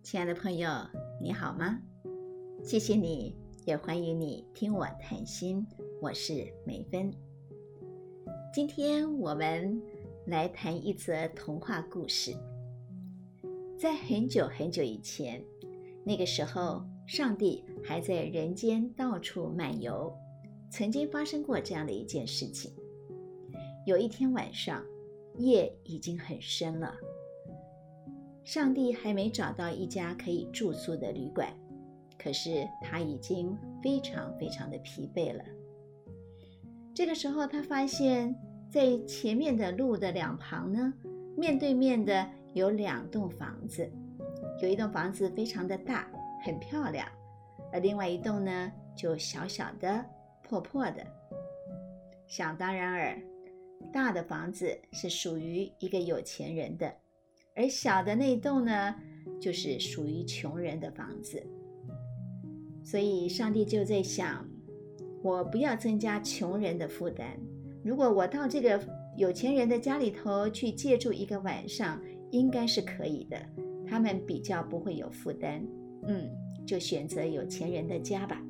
亲爱的朋友，你好吗？谢谢你，也欢迎你听我谈心，我是美芬。今天我们来谈一则童话故事。在很久很久以前，那个时候上帝还在人间到处漫游，曾经发生过这样的一件事情。有一天晚上，夜已经很深了，上帝还没找到一家可以住宿的旅馆，可是他已经非常非常的疲惫了。这个时候他发现在前面的路的两旁呢，面对面的有两栋房子，有一栋房子非常的大，很漂亮，而另外一栋呢就小小的破破的。想当然尔，大的房子是属于一个有钱人的，而小的那栋呢，就是属于穷人的房子。所以上帝就在想，我不要增加穷人的负担，如果我到这个有钱人的家里头去借住一个晚上，应该是可以的，他们比较不会有负担，就选择有钱人的家吧。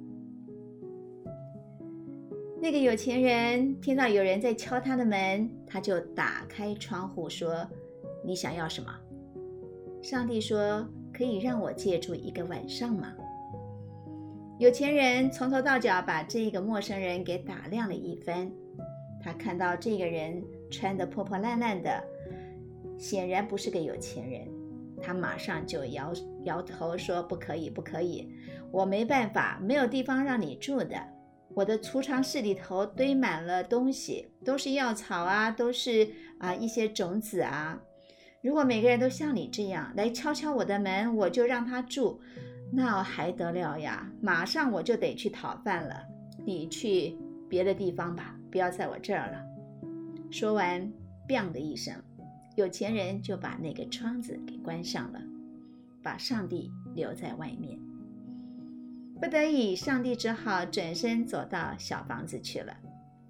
那个有钱人听到有人在敲他的门，他就打开窗户说，你想要什么？上帝说，可以让我借住一个晚上吗？有钱人从头到脚把这个陌生人给打量了一番，他看到这个人穿得破破烂烂的，显然不是个有钱人，他马上就摇头说，不可以，不可以，我没办法，没有地方让你住的。我的储藏室里头堆满了东西，都是药草啊，都是一些种子啊。如果每个人都像你这样来敲敲我的门，我就让他住，那还得了呀？马上我就得去讨饭了。你去别的地方吧，不要在我这儿了。说完 ，biang 的一声，有钱人就把那个窗子给关上了，把上帝留在外面。不得已，上帝只好转身走到小房子去了。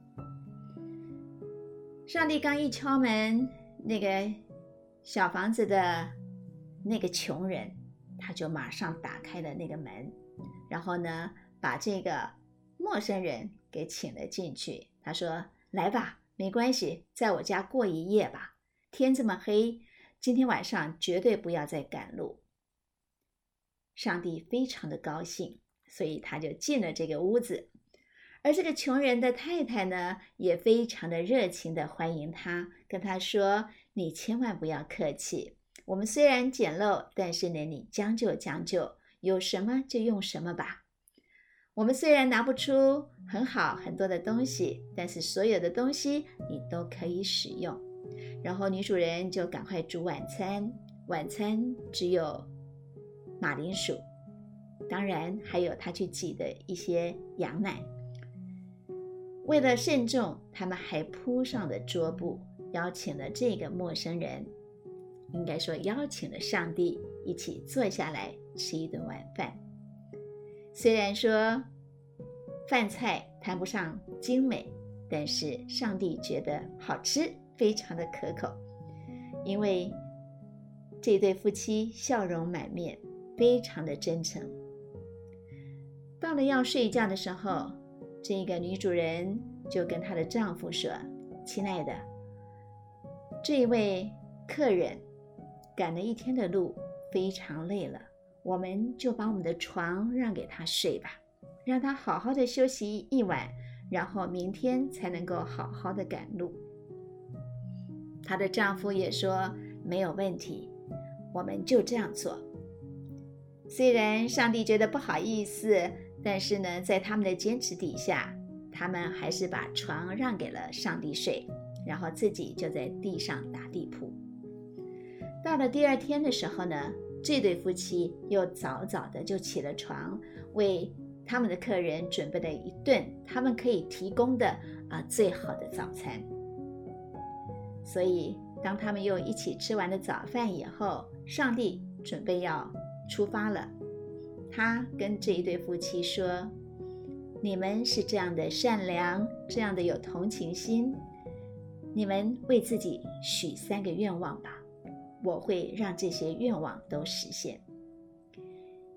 上帝刚一敲门，那个小房子的那个穷人，他就马上打开了那个门，然后呢，把这个陌生人给请了进去。他说，来吧，没关系，在我家过一夜吧，天这么黑，今天晚上绝对不要再赶路。上帝非常的高兴，所以他就进了这个屋子，而这个穷人的太太呢，也非常的热情的欢迎他，跟他说，你千万不要客气，我们虽然简陋，但是呢，你将就将就，有什么就用什么吧。我们虽然拿不出很多的东西，但是所有的东西你都可以使用。然后女主人就赶快煮晚餐，晚餐只有马铃薯，当然还有他去挤的一些羊奶。为了慎重，他们还铺上了桌布，邀请了这个陌生人，应该说邀请了上帝一起坐下来吃一顿晚饭。虽然说饭菜谈不上精美，但是上帝觉得好吃，非常的可口，因为这对夫妻笑容满面，非常的真诚。到了要睡觉的时候，这个女主人就跟她的丈夫说，亲爱的，这一位客人赶了一天的路，非常累了，我们就把我们的床让给他睡吧，让他好好的休息一晚，然后明天才能够好好的赶路。她的丈夫也说，没有问题，我们就这样做。虽然上帝觉得不好意思，但是呢，在他们的坚持底下，他们还是把床让给了上帝睡，然后自己就在地上打地铺。到了第二天的时候呢，这对夫妻又早早的就起了床，为他们的客人准备了一顿他们可以提供的最好的早餐。所以当他们又一起吃完了早饭以后，上帝准备要出发了。他跟这一对夫妻说，你们是这样的善良，这样的有同情心，你们为自己许3个愿望吧，我会让这些愿望都实现。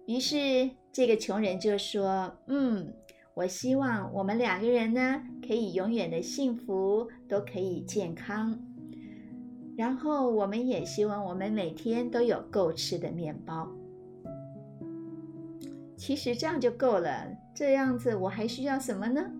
于是这个穷人就说，我希望我们2个人呢，可以永远的幸福，都可以健康。然后我们也希望我们每天都有够吃的面包。其实这样就够了，这样子我还需要什么呢？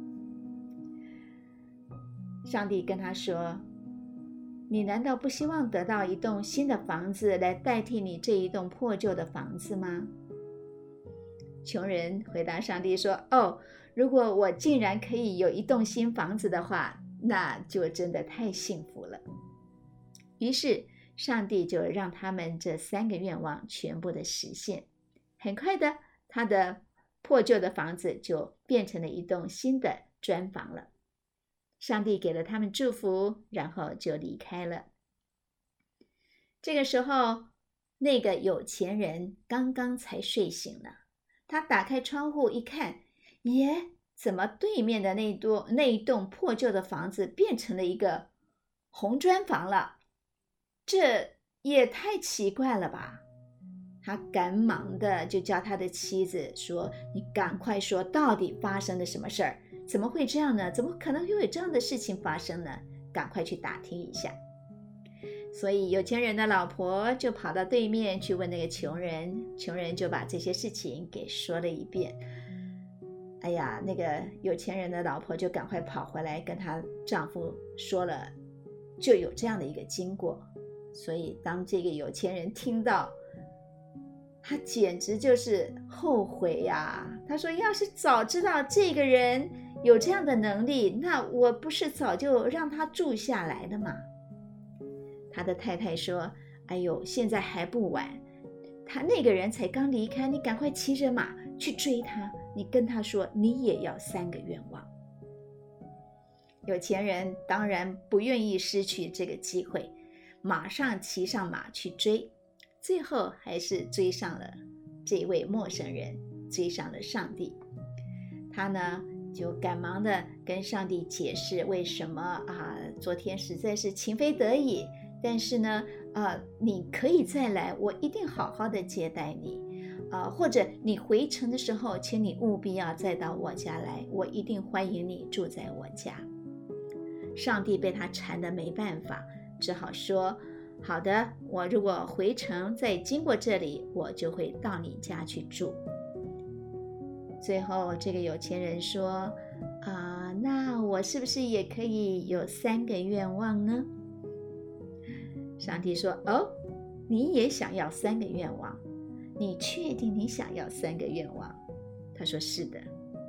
上帝跟他说，你难道不希望得到一栋新的房子来代替你这一栋破旧的房子吗？穷人回答上帝说，如果我竟然可以有一栋新房子的话，那就真的太幸福了。于是上帝就让他们这3个愿望全部的实现。很快的，他的破旧的房子就变成了一栋新的砖房了。上帝给了他们祝福，然后就离开了。这个时候，那个有钱人刚刚才睡醒呢。他打开窗户一看，耶，怎么对面的那一栋破旧的房子变成了一个红砖房了？这也太奇怪了吧！他赶忙的就叫他的妻子说，你赶快说，到底发生了什么事儿？怎么会这样呢？怎么可能会有这样的事情发生呢？赶快去打听一下。所以有钱人的老婆就跑到对面去问那个穷人，穷人就把这些事情给说了一遍。哎呀，那个有钱人的老婆就赶快跑回来跟她丈夫说了，就有这样的一个经过。所以当这个有钱人听到，他简直就是后悔呀。他说，要是早知道这个人有这样的能力，那我不是早就让他住下来了吗？他的太太说，哎呦，现在还不晚，他那个人才刚离开，你赶快骑着马去追他，你跟他说你也要3个愿望。有钱人当然不愿意失去这个机会，马上骑上马去追，最后还是追上了这位陌生人，追上了上帝。他呢就赶忙的跟上帝解释为什么昨天实在是情非得已，但是呢你可以再来，我一定好好的接待你，或者你回程的时候，请你务必要再到我家来，我一定欢迎你住在我家。上帝被他缠得没办法，只好说，好的，我如果回程再经过这里，我就会到你家去住。最后这个有钱人说，那我是不是也可以有3个愿望呢？上帝说，你也想要3个愿望？你确定你想要3个愿望？他说是的。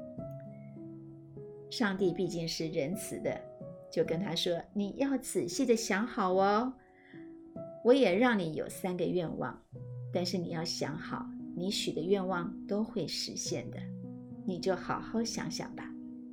上帝毕竟是仁慈的，就跟他说，你要仔细的想好哦，我也让你有3个愿望，但是你要想好，你许的愿望都会实现的，你就好好想想吧。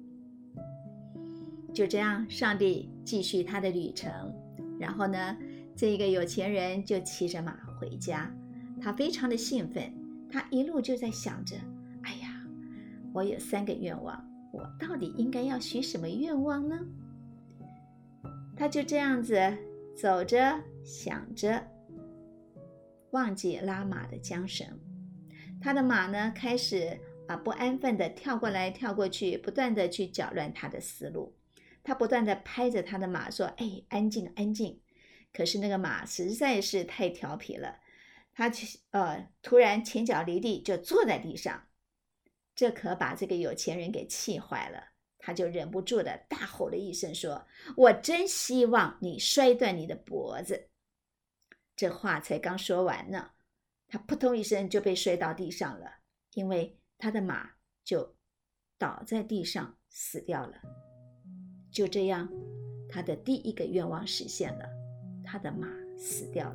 就这样，上帝继续他的旅程，然后呢，这个有钱人就骑着马回家，他非常的兴奋，他一路就在想着，哎呀，我有3个愿望，我到底应该要许什么愿望呢？他就这样子走着想着，忘记拉马的缰绳。他的马呢，开始不安分的跳过来跳过去，不断的去搅乱他的思路。他不断的拍着他的马说，安静安静。可是那个马实在是太调皮了，他突然前脚离地就坐在地上，这可把这个有钱人给气坏了。他就忍不住的大吼了一声说，我真希望你摔断你的脖子。这话才刚说完呢，他扑通一声就被摔到地上了，因为他的马就倒在地上死掉了。就这样，他的第1个愿望实现了，他的马死掉了。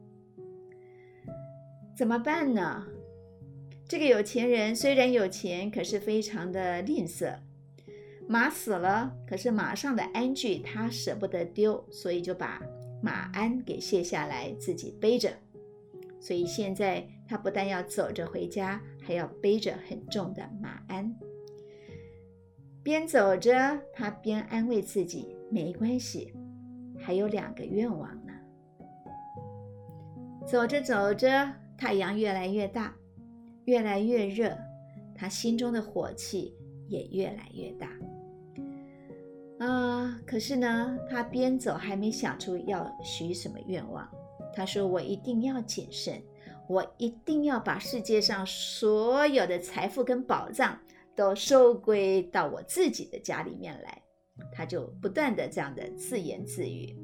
怎么办呢？这个有钱人虽然有钱，可是非常的吝啬。马死了，可是马上的鞍具他舍不得丢，所以就把马鞍给卸下来自己背着。所以现在他不但要走着回家，还要背着很重的马鞍。边走着，他边安慰自己，没关系，还有2个愿望呢。走着走着，太阳越来越大， 越来越热，他心中的火气也越来越大。可是呢，他边走还没想出要许什么愿望。他说：我一定要谨慎，我一定要把世界上所有的财富跟宝藏都收归到我自己的家里面来。他就不断的这样的自言自语。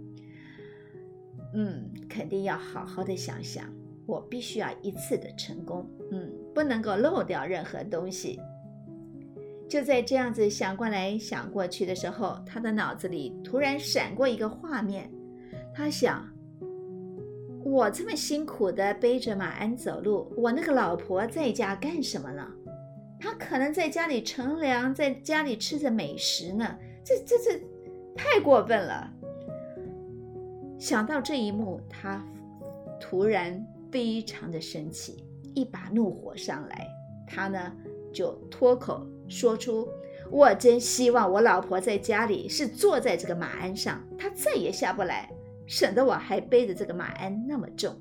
肯定要好好的想想，我必须要一次的成功，不能够漏掉任何东西。就在这样子想过来想过去的时候，他的脑子里突然闪过一个画面。他想，我这么辛苦的背着马鞍走路，我那个老婆在家干什么呢？她可能在家里乘凉，在家里吃着美食呢，这太过分了。想到这一幕，他突然非常的生气，一把怒火上来。他呢就脱口说出，我真希望我老婆在家里是坐在这个马鞍上，她再也下不来，省得我还背着这个马鞍那么重。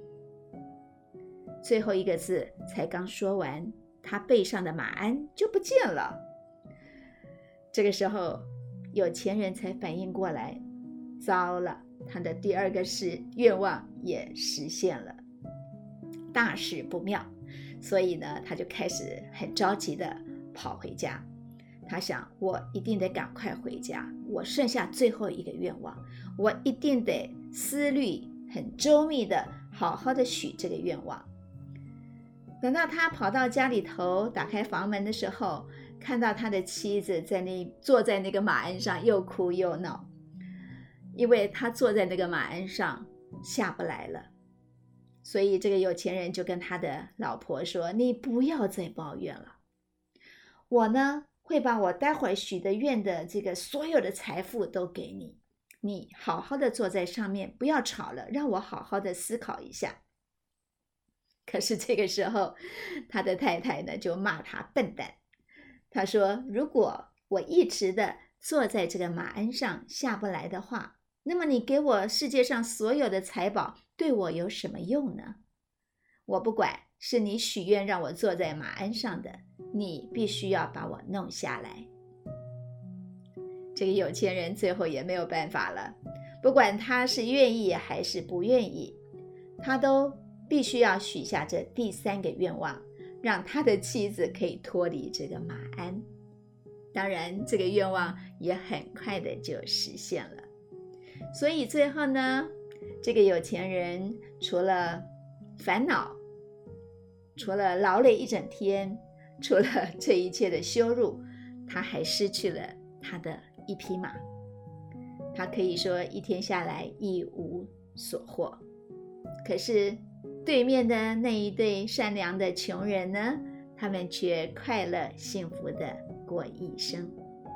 最后一个字才刚说完，他背上的马鞍就不见了。这个时候有钱人才反应过来，糟了，他的第二个愿望也实现了，大事不妙。所以呢，他就开始很着急的跑回家。他想，我一定得赶快回家，我剩下最后一个愿望，我一定得思虑很周密的好好的许这个愿望。等到他跑到家里头，打开房门的时候，看到他的妻子坐在那个马鞍上，又哭又闹，因为他坐在那个马鞍上下不来了。所以这个有钱人就跟他的老婆说，你不要再抱怨了，我呢会把我待会儿许的愿的这个所有的财富都给你，你好好的坐在上面，不要吵了，让我好好的思考一下。可是这个时候他的太太呢就骂他笨蛋。他说，如果我一直的坐在这个马鞍上下不来的话，那么你给我世界上所有的财宝对我有什么用呢？我不管是你许愿让我坐在马鞍上的，你必须要把我弄下来。这个有钱人最后也没有办法了，不管他是愿意还是不愿意，他都必须要许下这第三个愿望，让他的妻子可以脱离这个马鞍。当然这个愿望也很快的就实现了。所以最后呢，这个有钱人除了烦恼，除了劳累一整天，除了这一切的羞辱，他还失去了他的一匹马。他可以说一天下来一无所获。可是对面的那一对善良的穷人呢，他们却快乐幸福的过一生。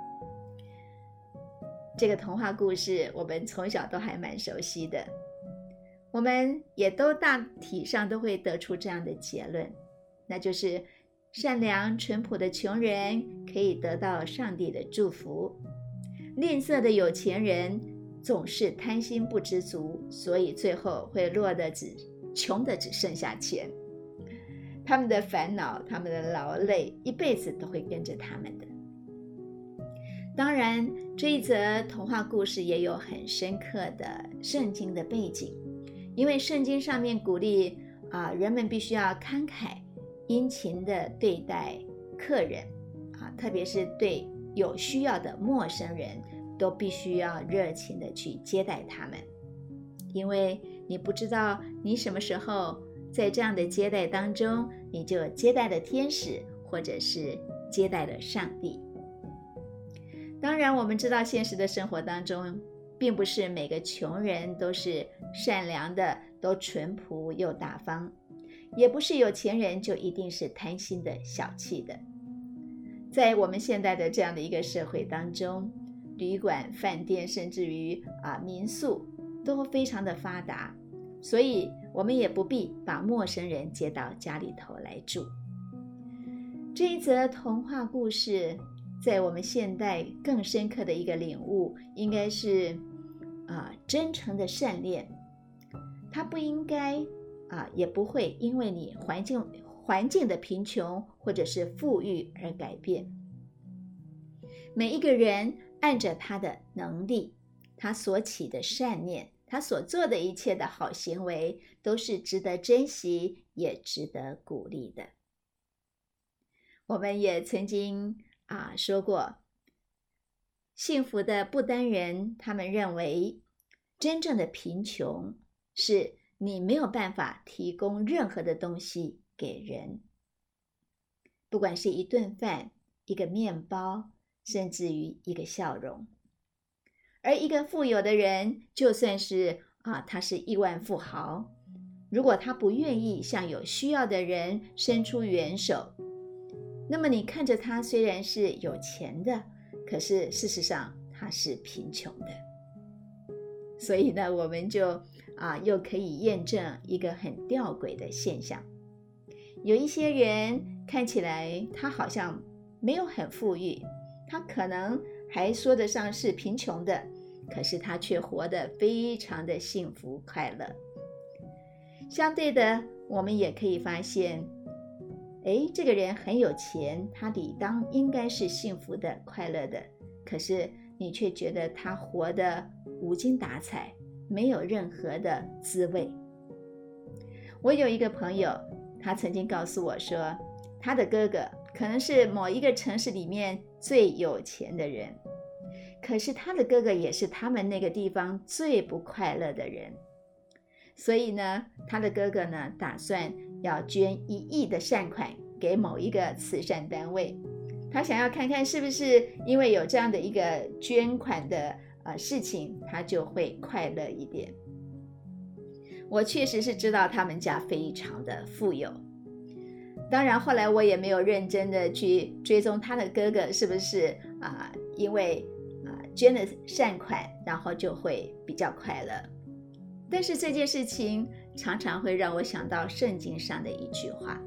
这个童话故事我们从小都还蛮熟悉的，我们也都大体上都会得出这样的结论，那就是善良淳朴的穷人可以得到上帝的祝福，吝啬的有钱人总是贪心不知足，所以最后会落得穷的只剩下钱。他们的烦恼，他们的劳累，一辈子都会跟着他们的。当然这一则童话故事也有很深刻的圣经的背景，因为圣经上面鼓励人们必须要慷慨殷勤的对待客人特别是对有需要的陌生人，都必须要热情的去接待他们。因为你不知道你什么时候在这样的接待当中，你就接待了天使，或者是接待了上帝。当然我们知道现实的生活当中，并不是每个穷人都是善良的，都淳朴又大方，也不是有钱人就一定是贪心的小气的。在我们现代的这样的一个社会当中，旅馆、饭店甚至于民宿都非常的发达，所以我们也不必把陌生人接到家里头来住。这一则童话故事在我们现代更深刻的一个领悟，应该是真诚的善恋，它不应该也不会因为你环环境的贫穷或者是富裕而改变。每一个人按着他的能力，他所起的善念，他所做的一切的好行为，都是值得珍惜，也值得鼓励的。我们也曾经说过，幸福的不丹人，他们认为真正的贫穷是你没有办法提供任何的东西给人，不管是一顿饭、一个面包，甚至于一个笑容。而一个富有的人，就算是他是亿万富豪，如果他不愿意向有需要的人伸出援手，那么你看着他虽然是有钱的，可是事实上他是贫穷的。所以呢，我们就又可以验证一个很吊诡的现象。有一些人看起来他好像没有很富裕，他可能还说得上是贫穷的，可是他却活得非常的幸福快乐。相对的，我们也可以发现，这个人很有钱，他理当应该是幸福的快乐的，可是你却觉得他活得无精打采，没有任何的滋味。我有一个朋友，他曾经告诉我说，他的哥哥可能是某一个城市里面最有钱的人，可是他的哥哥也是他们那个地方最不快乐的人。所以呢，他的哥哥呢，打算要捐1亿的善款给某一个慈善单位，他想要看看是不是因为有这样的一个捐款的事情，他就会快乐一点。我确实是知道他们家非常的富有，当然后来我也没有认真的去追踪他的哥哥是不是因为捐了善款，然后就会比较快乐。但是这件事情常常会让我想到圣经上的一句话。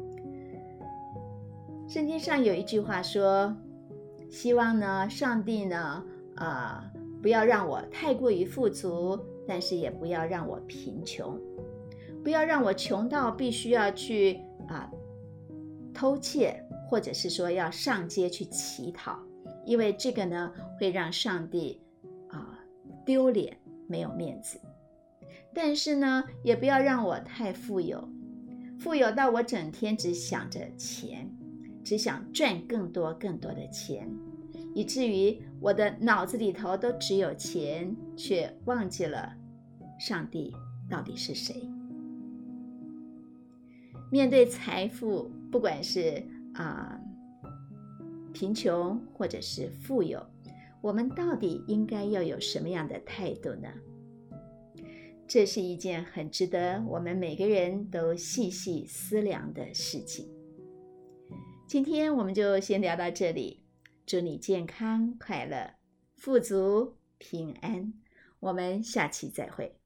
圣经上有一句话说，希望呢，上帝呢不要让我太过于富足，但是也不要让我贫穷，不要让我穷到必须要去偷窃，或者是说要上街去乞讨，因为这个呢会让上帝丢脸，没有面子。但是呢，也不要让我太富有到我整天只想着钱，只想赚更多更多的钱，以至于我的脑子里头都只有钱，却忘记了上帝到底是谁。面对财富，不管是贫穷或者是富有，我们到底应该要有什么样的态度呢？这是一件很值得我们每个人都细细思量的事情。今天我们就先聊到这里，祝你健康快乐、富足平安，我们下期再会。